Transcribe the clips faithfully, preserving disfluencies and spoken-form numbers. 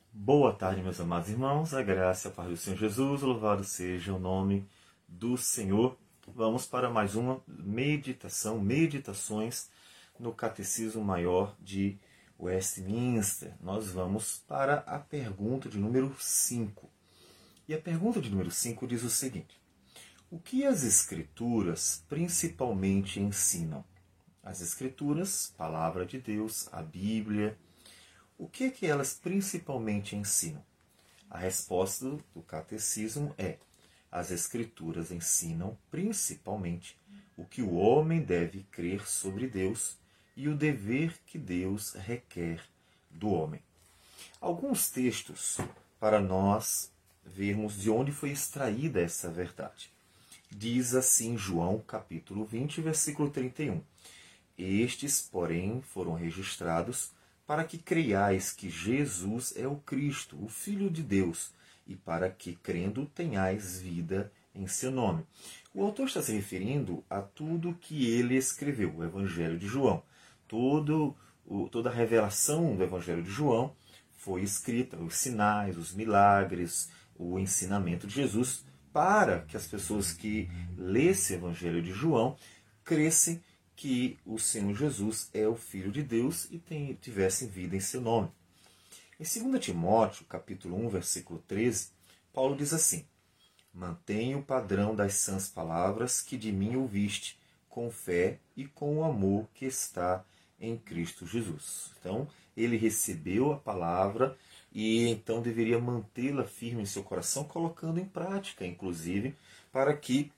Boa tarde, meus amados irmãos. A graça e a paz do Senhor Jesus, louvado seja o nome do Senhor. Vamos para mais uma meditação, meditações no Catecismo Maior de Westminster. Nós vamos para a pergunta de número cinco. E a pergunta de número cinco diz o seguinte: o que as Escrituras principalmente ensinam? As Escrituras, Palavra de Deus, a Bíblia. O que é que elas principalmente ensinam? A resposta do catecismo é: as Escrituras ensinam principalmente o que o homem deve crer sobre Deus e o dever que Deus requer do homem. Alguns textos para nós vermos de onde foi extraída essa verdade. Diz assim João capítulo vinte, versículo trinta e um. Estes, porém, foram registrados para que creiais que Jesus é o Cristo, o Filho de Deus, e para que, crendo, tenhais vida em seu nome. O autor está se referindo a tudo que ele escreveu, o Evangelho de João. Todo, o, toda a revelação do Evangelho de João foi escrita, os sinais, os milagres, o ensinamento de Jesus, para que as pessoas que lessem o Evangelho de João crescem que o Senhor Jesus é o Filho de Deus e tem, tivessem vida em seu nome. Em dois Timóteo, capítulo um, versículo treze, Paulo diz assim: mantenha o padrão das sãs palavras que de mim ouviste, com fé e com o amor que está em Cristo Jesus. Então, ele recebeu a palavra e então deveria mantê-la firme em seu coração, colocando em prática, inclusive, para que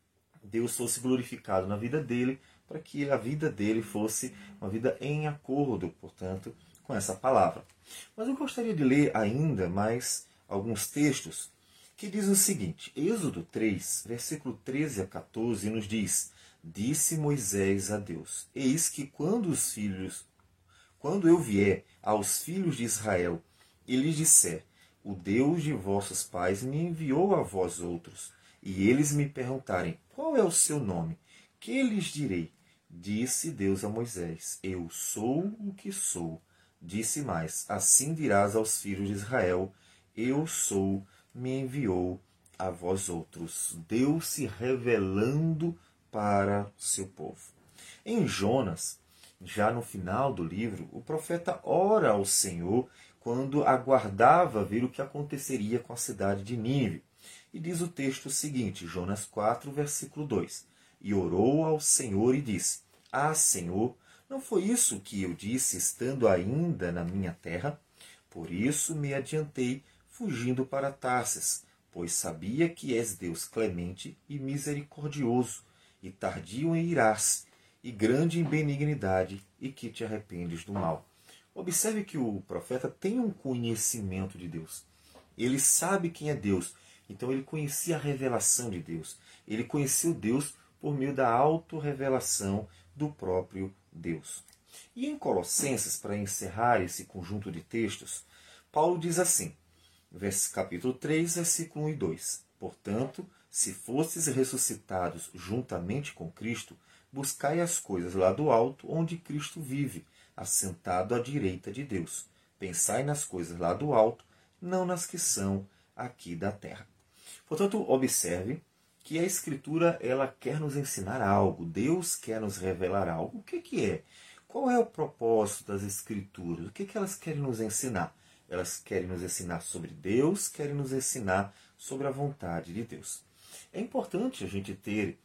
Deus fosse glorificado na vida dele, para que a vida dele fosse uma vida em acordo, portanto, com essa palavra. Mas eu gostaria de ler ainda mais alguns textos que diz o seguinte: Êxodo três, versículo treze a quatorze, nos diz: disse Moisés a Deus: eis que quando os filhos, quando eu vier aos filhos de Israel e lhes disser: o Deus de vossos pais me enviou a vós outros, e eles me perguntarem: qual é o seu nome? Que lhes direi? Disse Deus a Moisés: eu sou o que sou. Disse mais: assim dirás aos filhos de Israel: eu sou, me enviou a vós outros. Deus se revelando para seu povo. Em Jonas, já no final do livro, o profeta ora ao Senhor quando aguardava ver o que aconteceria com a cidade de Nínive. E diz o texto o seguinte, Jonas quatro, versículo dois. E orou ao Senhor e disse: ah, Senhor, não foi isso que eu disse estando ainda na minha terra? Por isso me adiantei, fugindo para Tarsis, pois sabia que és Deus clemente e misericordioso, e tardio em irar-se, e grande em benignidade, e que te arrependes do mal. Observe que o profeta tem um conhecimento de Deus. Ele sabe quem é Deus. Então ele conhecia a revelação de Deus. Ele conheceu Deus por meio da autorrevelação do próprio Deus. E em Colossenses, para encerrar esse conjunto de textos, Paulo diz assim, capítulo três, versículo um e dois. Portanto, se fostes ressuscitados juntamente com Cristo, buscai as coisas lá do alto, onde Cristo vive, assentado à direita de Deus. Pensai nas coisas lá do alto, não nas que são aqui da terra. Portanto, observe que a Escritura ela quer nos ensinar algo. Deus quer nos revelar algo. O que, que é? Qual é o propósito das Escrituras? O que, que elas querem nos ensinar? Elas querem nos ensinar sobre Deus, querem nos ensinar sobre a vontade de Deus. É importante a gente ter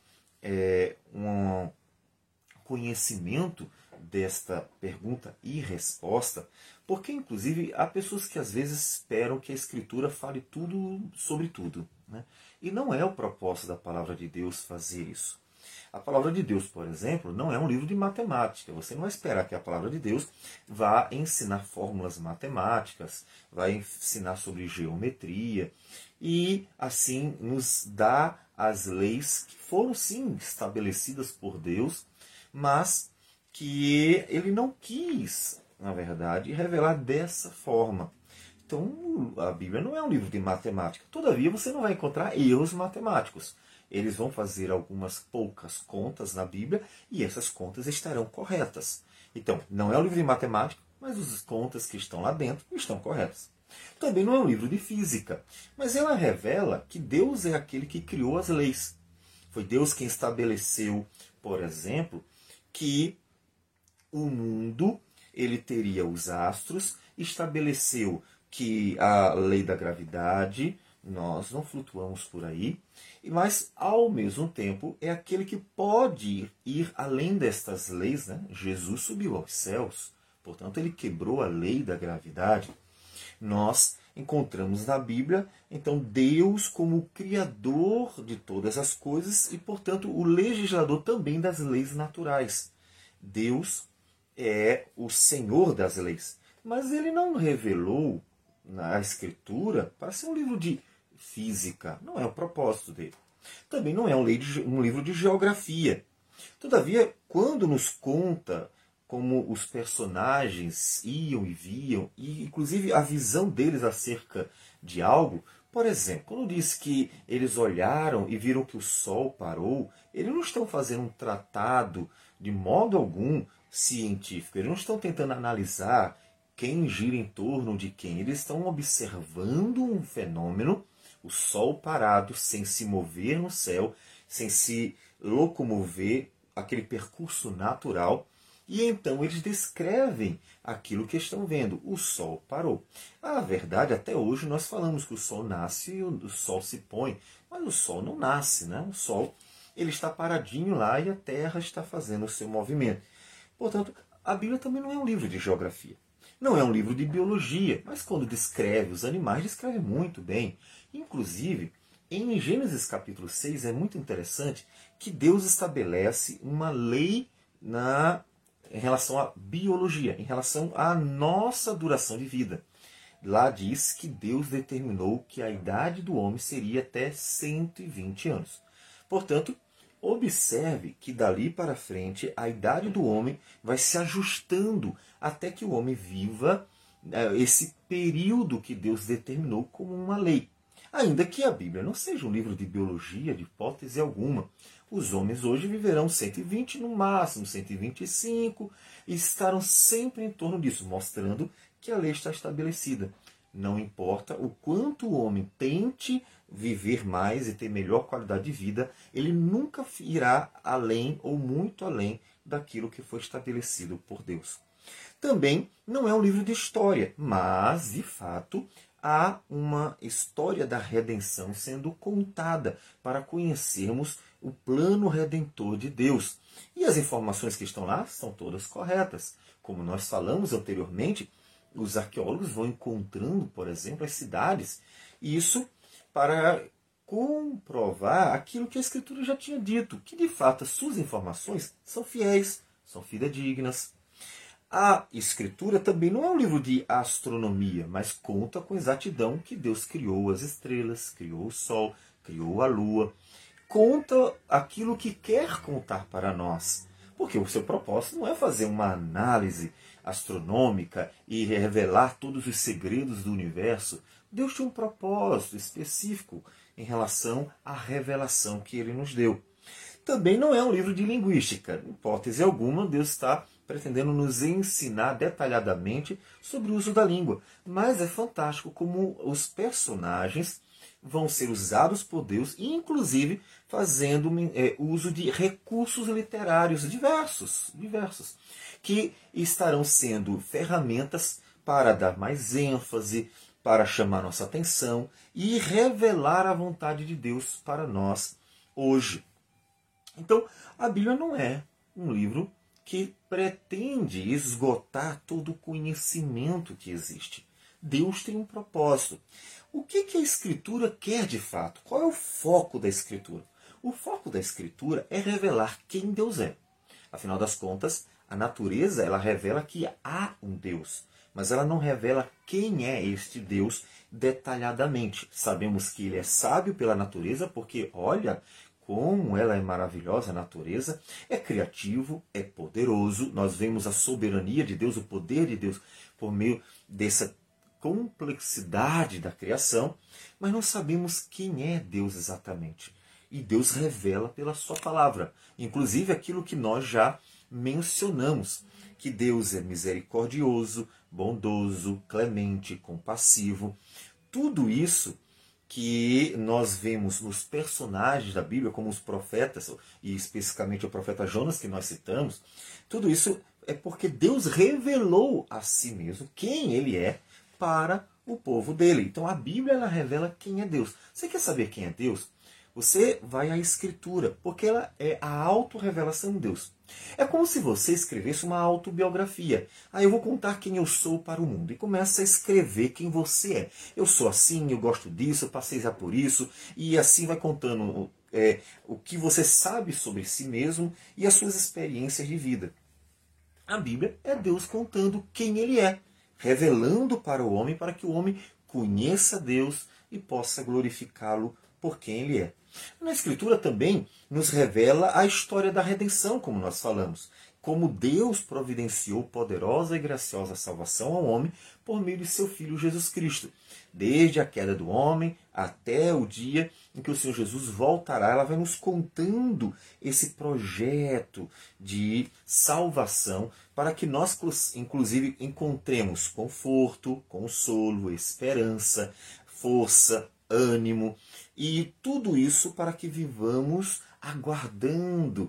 é, um conhecimento desta pergunta e resposta, porque, inclusive, há pessoas que às vezes esperam que a Escritura fale tudo sobre tudo. Né? E não é o propósito da Palavra de Deus fazer isso. A Palavra de Deus, por exemplo, não é um livro de matemática. Você não vai esperar que a Palavra de Deus vá ensinar fórmulas matemáticas, vai ensinar sobre geometria e, assim, nos dá as leis que foram, sim, estabelecidas por Deus, mas que ele não quis, na verdade, revelar dessa forma. Então, a Bíblia não é um livro de matemática. Todavia, você não vai encontrar erros matemáticos. Eles vão fazer algumas poucas contas na Bíblia e essas contas estarão corretas. Então, não é um livro de matemática, mas as contas que estão lá dentro estão corretas. Também não é um livro de física, mas ela revela que Deus é aquele que criou as leis. Foi Deus quem estabeleceu, por exemplo, que o mundo ele teria os astros, estabeleceu que a lei da gravidade, nós não flutuamos por aí, mas ao mesmo tempo é aquele que pode ir, ir além destas leis. Né? Jesus subiu aos céus, portanto ele quebrou a lei da gravidade. Nós encontramos na Bíblia, então, Deus como o criador de todas as coisas e, portanto, o legislador também das leis naturais. Deus é o Senhor das leis. Mas ele não revelou na Escritura para ser um livro de física. Não é o propósito dele. Também não é um livro de geografia. Todavia, quando nos conta como os personagens iam e viam, e inclusive a visão deles acerca de algo, por exemplo, quando diz que eles olharam e viram que o sol parou, eles não estão fazendo um tratado de modo algum científico, eles não estão tentando analisar quem gira em torno de quem, eles estão observando um fenômeno, o sol parado, sem se mover no céu, sem se locomover, aquele percurso natural. E então eles descrevem aquilo que estão vendo. O sol parou. A verdade, até hoje nós falamos que o sol nasce e o sol se põe. Mas o sol não nasce, né? O sol ele está paradinho lá e a Terra está fazendo o seu movimento. Portanto, a Bíblia também não é um livro de geografia. Não é um livro de biologia, mas quando descreve os animais, descreve muito bem. Inclusive, em Gênesis capítulo seis é muito interessante que Deus estabelece uma lei na em relação à biologia, em relação à nossa duração de vida. Lá diz que Deus determinou que a idade do homem seria até cento e vinte anos. Portanto, observe que dali para frente a idade do homem vai se ajustando até que o homem viva esse período que Deus determinou como uma lei. Ainda que a Bíblia não seja um livro de biologia, de hipótese alguma. Os homens hoje viverão cento e vinte, no máximo cento e vinte e cinco, e estarão sempre em torno disso, mostrando que a lei está estabelecida. Não importa o quanto o homem tente viver mais e ter melhor qualidade de vida, ele nunca irá além ou muito além daquilo que foi estabelecido por Deus. Também não é um livro de história, mas, de fato, há uma história da redenção sendo contada para conhecermos o plano redentor de Deus. E as informações que estão lá são todas corretas. Como nós falamos anteriormente, os arqueólogos vão encontrando, por exemplo, as cidades, e isso para comprovar aquilo que a Escritura já tinha dito, que de fato as suas informações são fiéis, são fidedignas. A Escritura também não é um livro de astronomia, mas conta com exatidão que Deus criou as estrelas, criou o Sol, criou a Lua. Conta aquilo que quer contar para nós. Porque o seu propósito não é fazer uma análise astronômica e revelar todos os segredos do universo. Deus tinha um propósito específico em relação à revelação que Ele nos deu. Também não é um livro de linguística. Em hipótese alguma, Deus está pretendendo nos ensinar detalhadamente sobre o uso da língua. Mas é fantástico como os personagens vão ser usados por Deus, inclusive fazendo é, uso de recursos literários diversos, diversos, que estarão sendo ferramentas para dar mais ênfase, para chamar nossa atenção e revelar a vontade de Deus para nós hoje. Então, a Bíblia não é um livro que pretende esgotar todo o conhecimento que existe. Deus tem um propósito. O que, que a Escritura quer de fato? Qual é o foco da Escritura? O foco da Escritura é revelar quem Deus é. Afinal das contas, a natureza ela revela que há um Deus, mas ela não revela quem é este Deus detalhadamente. Sabemos que ele é sábio pela natureza, porque olha como ela é maravilhosa, a natureza, é criativo, é poderoso. Nós vemos a soberania de Deus, o poder de Deus por meio dessa complexidade da criação, mas não sabemos quem é Deus exatamente. E Deus revela pela sua palavra, inclusive aquilo que nós já mencionamos, que Deus é misericordioso, bondoso, clemente, compassivo. Tudo isso que nós vemos nos personagens da Bíblia, como os profetas, e especificamente o profeta Jonas que nós citamos, tudo isso é porque Deus revelou a si mesmo quem ele é para o povo dele. Então a Bíblia ela revela quem é Deus. Você quer saber quem é Deus? Você vai à Escritura, porque ela é a autorrevelação de Deus. É como se você escrevesse uma autobiografia. Ah, eu vou contar quem eu sou para o mundo. E começa a escrever quem você é. Eu sou assim, eu gosto disso, eu passei já por isso. E assim vai contando é, o que você sabe sobre si mesmo e as suas experiências de vida. A Bíblia é Deus contando quem ele é, revelando para o homem, para que o homem conheça Deus e possa glorificá-lo por quem ele é. Na Escritura também nos revela a história da redenção, como nós falamos. Como Deus providenciou poderosa e graciosa salvação ao homem por meio de seu Filho Jesus Cristo. Desde a queda do homem até o dia em que o Senhor Jesus voltará, ela vai nos contando esse projeto de salvação para que nós, inclusive, encontremos conforto, consolo, esperança, força, ânimo, e tudo isso para que vivamos aguardando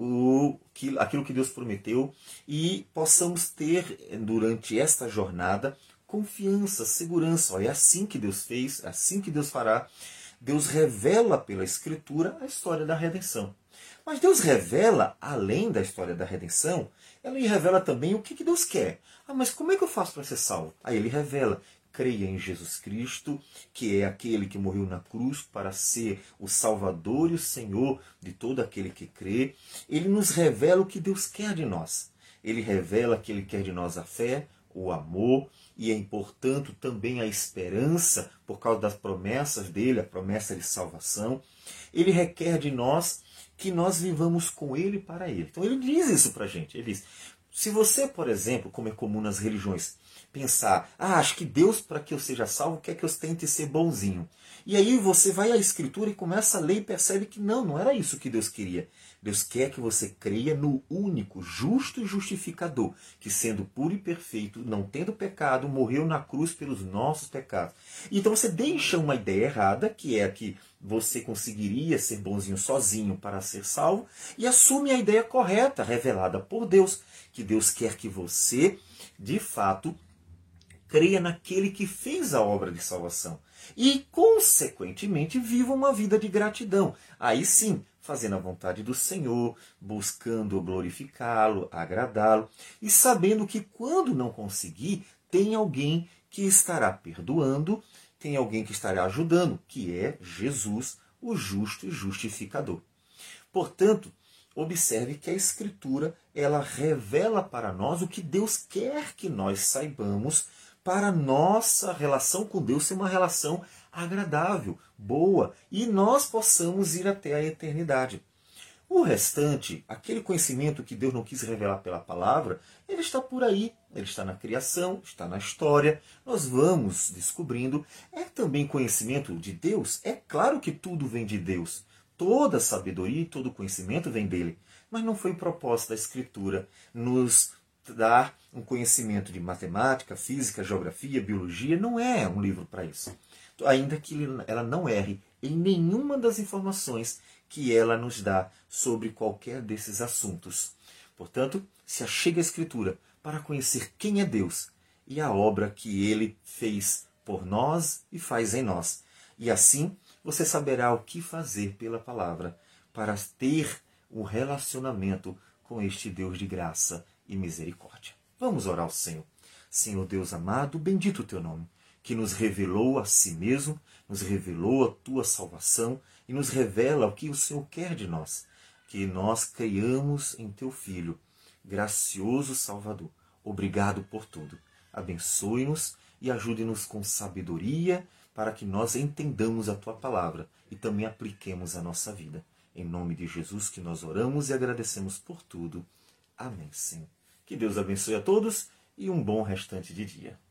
o, aquilo que Deus prometeu e possamos ter, durante esta jornada, confiança, segurança. Olha, é assim que Deus fez, é assim que Deus fará. Deus revela pela Escritura a história da redenção. Mas Deus revela, além da história da redenção, ele revela também o que Deus quer. Ah, mas como é que eu faço para ser salvo? Aí ele revela: creia em Jesus Cristo, que é aquele que morreu na cruz para ser o Salvador e o Senhor de todo aquele que crê. Ele nos revela o que Deus quer de nós. Ele revela que ele quer de nós a fé, o amor e, em, portanto, também a esperança por causa das promessas dele, a promessa de salvação. Ele requer de nós que nós vivamos com ele e para ele. Então ele diz isso para a gente. Ele diz: se você, por exemplo, como é comum nas religiões, pensar, ah, acho que Deus, para que eu seja salvo, quer que eu tente ser bonzinho. E aí você vai à Escritura e começa a ler e percebe que não, não era isso que Deus queria. Deus quer que você creia no único, justo e justificador, que sendo puro e perfeito, não tendo pecado, morreu na cruz pelos nossos pecados. Então você deixa uma ideia errada, que é que você conseguiria ser bonzinho sozinho para ser salvo, e assume a ideia correta, revelada por Deus, que Deus quer que você, de fato, creia naquele que fez a obra de salvação e, consequentemente, viva uma vida de gratidão. Aí sim, fazendo a vontade do Senhor, buscando glorificá-lo, agradá-lo e sabendo que quando não conseguir, tem alguém que estará perdoando, tem alguém que estará ajudando, que é Jesus, o justo e justificador. Portanto, observe que a Escritura ela revela para nós o que Deus quer que nós saibamos para nossa relação com Deus ser uma relação agradável, boa, e nós possamos ir até a eternidade. O restante, aquele conhecimento que Deus não quis revelar pela palavra, ele está por aí, ele está na criação, está na história, nós vamos descobrindo. É também conhecimento de Deus? É claro que tudo vem de Deus. Toda sabedoria e todo conhecimento vem dele. Mas não foi o propósito da Escritura nos dar um conhecimento de matemática, física, geografia, biologia. Não é um livro para isso. Ainda que ela não erre em nenhuma das informações que ela nos dá sobre qualquer desses assuntos. Portanto, se achegue à Escritura para conhecer quem é Deus e a obra que ele fez por nós e faz em nós. E assim você saberá o que fazer pela palavra para ter um relacionamento com este Deus de graça e misericórdia. Vamos orar ao Senhor. Senhor Deus amado, bendito o teu nome, que nos revelou a si mesmo, nos revelou a tua salvação e nos revela o que o Senhor quer de nós. Que nós creiamos em teu Filho, gracioso Salvador. Obrigado por tudo. Abençoe-nos e ajude-nos com sabedoria para que nós entendamos a tua palavra e também apliquemos a nossa vida. Em nome de Jesus que nós oramos e agradecemos por tudo. Amém, Senhor. Que Deus abençoe a todos e um bom restante de dia.